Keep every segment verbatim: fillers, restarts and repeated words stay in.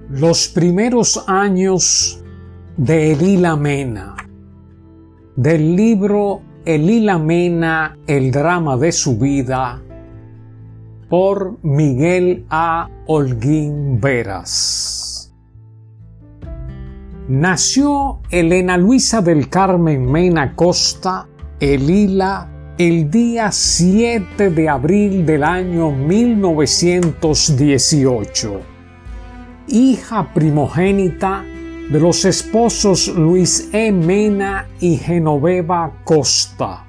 Los primeros años de Elila Mena, del libro Elila Mena, el drama de su vida, por Miguel A. Holguín Veras. Nació Elena Luisa del Carmen Mena Costa, Elila, el día siete de abril del año mil novecientos dieciocho. Hija primogénita de los esposos Luis E. Mena y Genoveva Costa.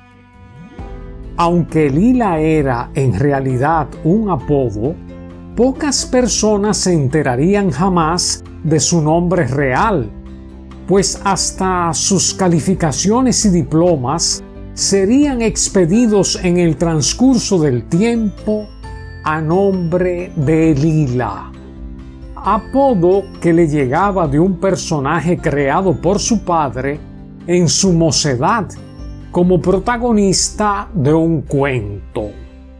Aunque Elila era en realidad un apodo, pocas personas se enterarían jamás de su nombre real, pues hasta sus calificaciones y diplomas serían expedidos en el transcurso del tiempo a nombre de Elila, apodo que le llegaba de un personaje creado por su padre en su mocedad como protagonista de un cuento.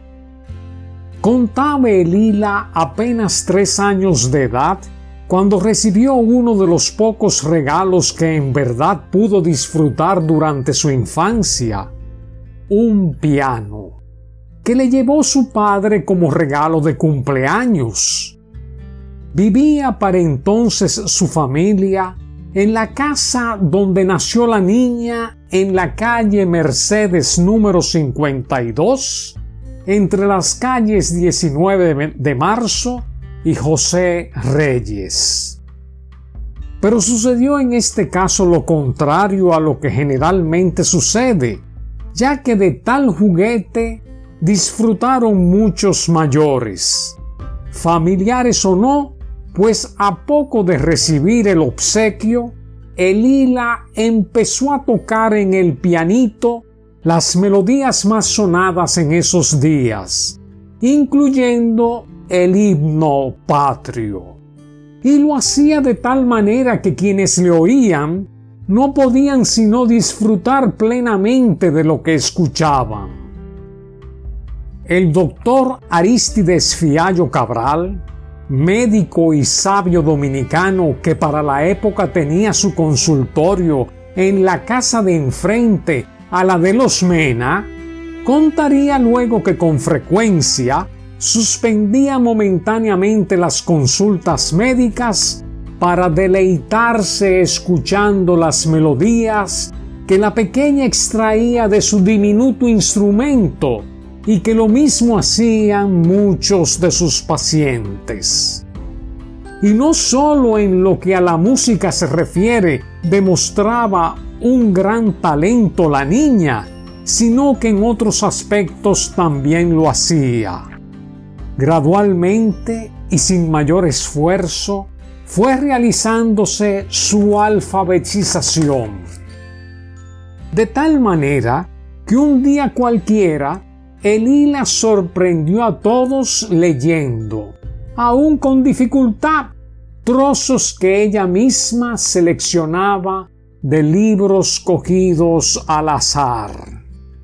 Contaba Elila apenas tres años de edad cuando recibió uno de los pocos regalos que en verdad pudo disfrutar durante su infancia, un piano, que le llevó su padre como regalo de cumpleaños. Vivía para entonces su familia en la casa donde nació la niña, en la calle Mercedes número cincuenta y dos, entre las calles diecinueve de marzo y José Reyes. Pero sucedió en este caso lo contrario a lo que generalmente sucede, ya que de tal juguete disfrutaron muchos mayores, familiares o no, pues a poco de recibir el obsequio, Elila empezó a tocar en el pianito las melodías más sonadas en esos días, incluyendo el himno patrio. Y lo hacía de tal manera que quienes le oían no podían sino disfrutar plenamente de lo que escuchaban. El doctor Arístides Fiallo Cabral, médico y sabio dominicano que para la época tenía su consultorio en la casa de enfrente a la de los Mena, contaría luego que con frecuencia suspendía momentáneamente las consultas médicas para deleitarse escuchando las melodías que la pequeña extraía de su diminuto instrumento, y que lo mismo hacían muchos de sus pacientes. Y no solo en lo que a la música se refiere demostraba un gran talento la niña, sino que en otros aspectos también lo hacía. Gradualmente y sin mayor esfuerzo, fue realizándose su alfabetización. De tal manera que un día cualquiera, Elila sorprendió a todos leyendo, aún con dificultad, trozos que ella misma seleccionaba de libros cogidos al azar.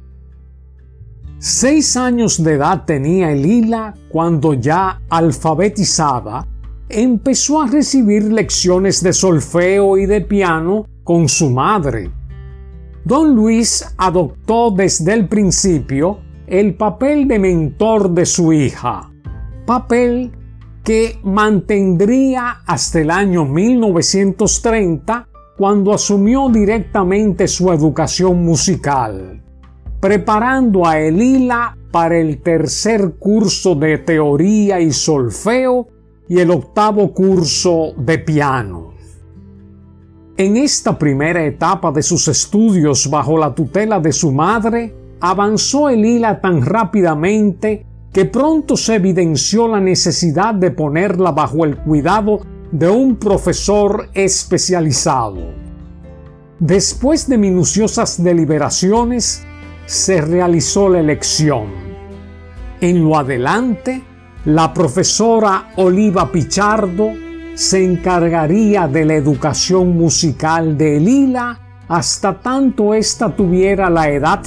Seis años de edad tenía Elila cuando, ya alfabetizada, empezó a recibir lecciones de solfeo y de piano con su madre. Don Luis adoptó desde el principio el papel de mentor de su hija, papel que mantendría hasta el año mil novecientos treinta, cuando asumió directamente su educación musical, preparando a Elila para el tercer curso de teoría y solfeo y el octavo curso de piano. En esta primera etapa de sus estudios bajo la tutela de su madre, avanzó Elila tan rápidamente que pronto se evidenció la necesidad de ponerla bajo el cuidado de un profesor especializado. Después de minuciosas deliberaciones, se realizó la elección. En lo adelante, la profesora Oliva Pichardo se encargaría de la educación musical de Elila hasta tanto ésta tuviera la edad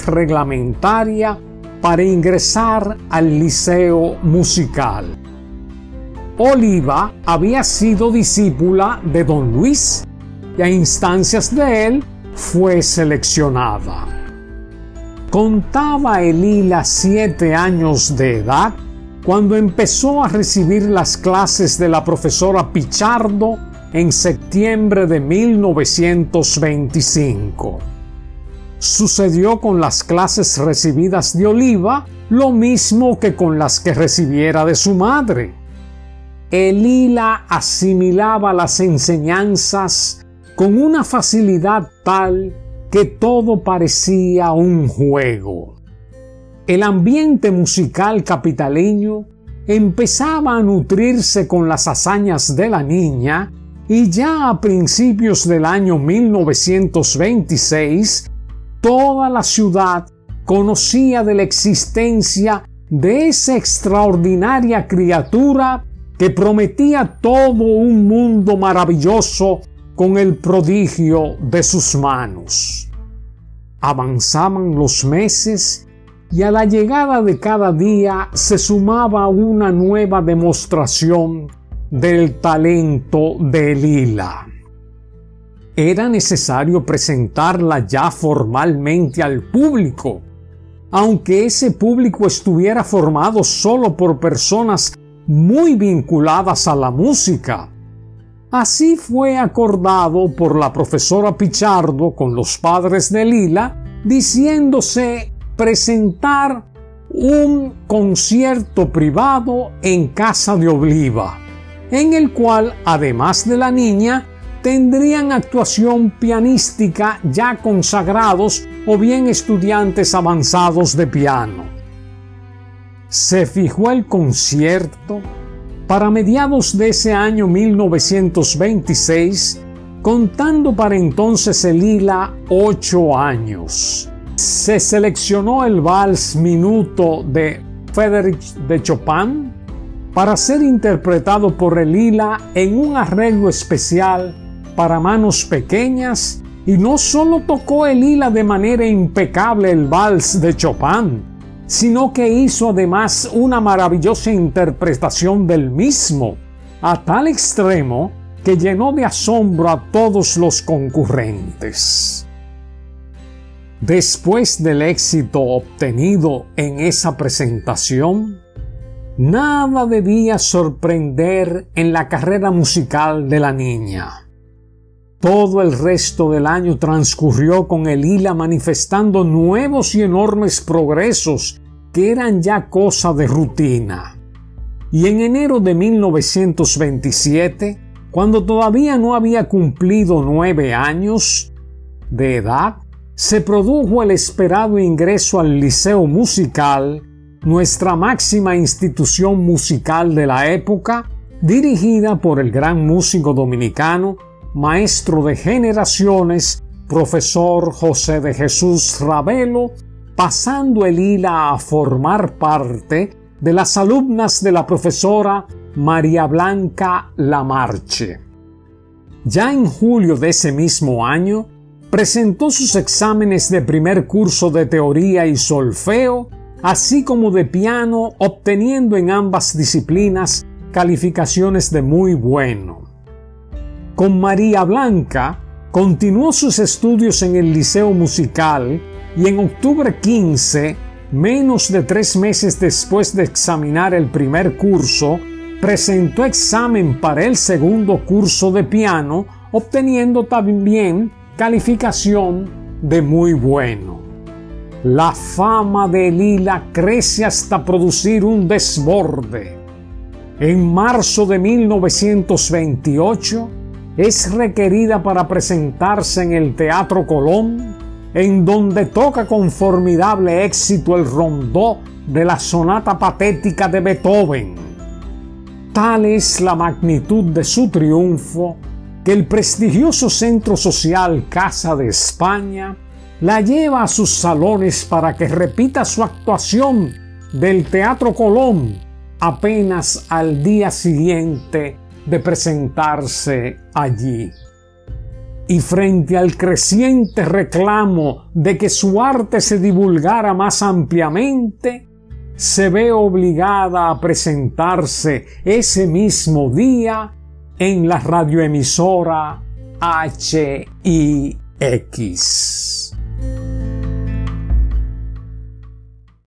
reglamentaria para ingresar al liceo musical. Oliva había sido discípula de don Luis y a instancias de él fue seleccionada. Contaba Elila siete años de edad cuando empezó a recibir las clases de la profesora Pichardo en septiembre de mil novecientos veinticinco. Sucedió con las clases recibidas de Oliva lo mismo que con las que recibiera de su madre. Elila asimilaba las enseñanzas con una facilidad tal que todo parecía un juego. El ambiente musical capitaleño empezaba a nutrirse con las hazañas de la niña y ya a principios del año mil novecientos veintiséis toda la ciudad conocía de la existencia de esa extraordinaria criatura que prometía todo un mundo maravilloso con el prodigio de sus manos. Avanzaban los meses y a la llegada de cada día se sumaba una nueva demostración del talento de Elila. Era necesario presentarla ya formalmente al público, aunque ese público estuviera formado solo por personas muy vinculadas a la música. Así fue acordado por la profesora Pichardo con los padres de Elila, diciéndose presentar un concierto privado en casa de Oliva, en el cual, además de la niña, tendrían actuación pianística ya consagrados o bien estudiantes avanzados de piano. Se fijó el concierto para mediados de ese año mil novecientos veintiséis, contando para entonces Elila ocho años. Se seleccionó el vals Minuto de Frédéric de Chopin para ser interpretado por Elila en un arreglo especial para manos pequeñas, y no solo tocó Elila de manera impecable el vals de Chopin, sino que hizo además una maravillosa interpretación del mismo, a tal extremo que llenó de asombro a todos los concurrentes. Después del éxito obtenido en esa presentación, nada debía sorprender en la carrera musical de la niña. Todo el resto del año transcurrió con Elila manifestando nuevos y enormes progresos que eran ya cosa de rutina. Y en enero de mil novecientos veintisiete, cuando todavía no había cumplido nueve años de edad, se produjo el esperado ingreso al Liceo Musical, nuestra máxima institución musical de la época, dirigida por el gran músico dominicano, maestro de generaciones, profesor José de Jesús Ravelo, pasando Elila a formar parte de las alumnas de la profesora María Blanca Lamarche. Ya en julio de ese mismo año, presentó sus exámenes de primer curso de teoría y solfeo, así como de piano, obteniendo en ambas disciplinas calificaciones de muy bueno. Con María Blanca continuó sus estudios en el Liceo Musical y en octubre quince, menos de tres meses después de examinar el primer curso, presentó examen para el segundo curso de piano, obteniendo también calificación de muy bueno. La fama de Elila crece hasta producir un desborde. En marzo de mil novecientos veintiocho, es requerida para presentarse en el Teatro Colón, en donde toca con formidable éxito el rondó de la sonata patética de Beethoven. Tal es la magnitud de su triunfo que el prestigioso centro social Casa de España la lleva a sus salones para que repita su actuación del Teatro Colón apenas al día siguiente de presentarse allí. Y frente al creciente reclamo de que su arte se divulgara más ampliamente, se ve obligada a presentarse ese mismo día en la radioemisora H I X.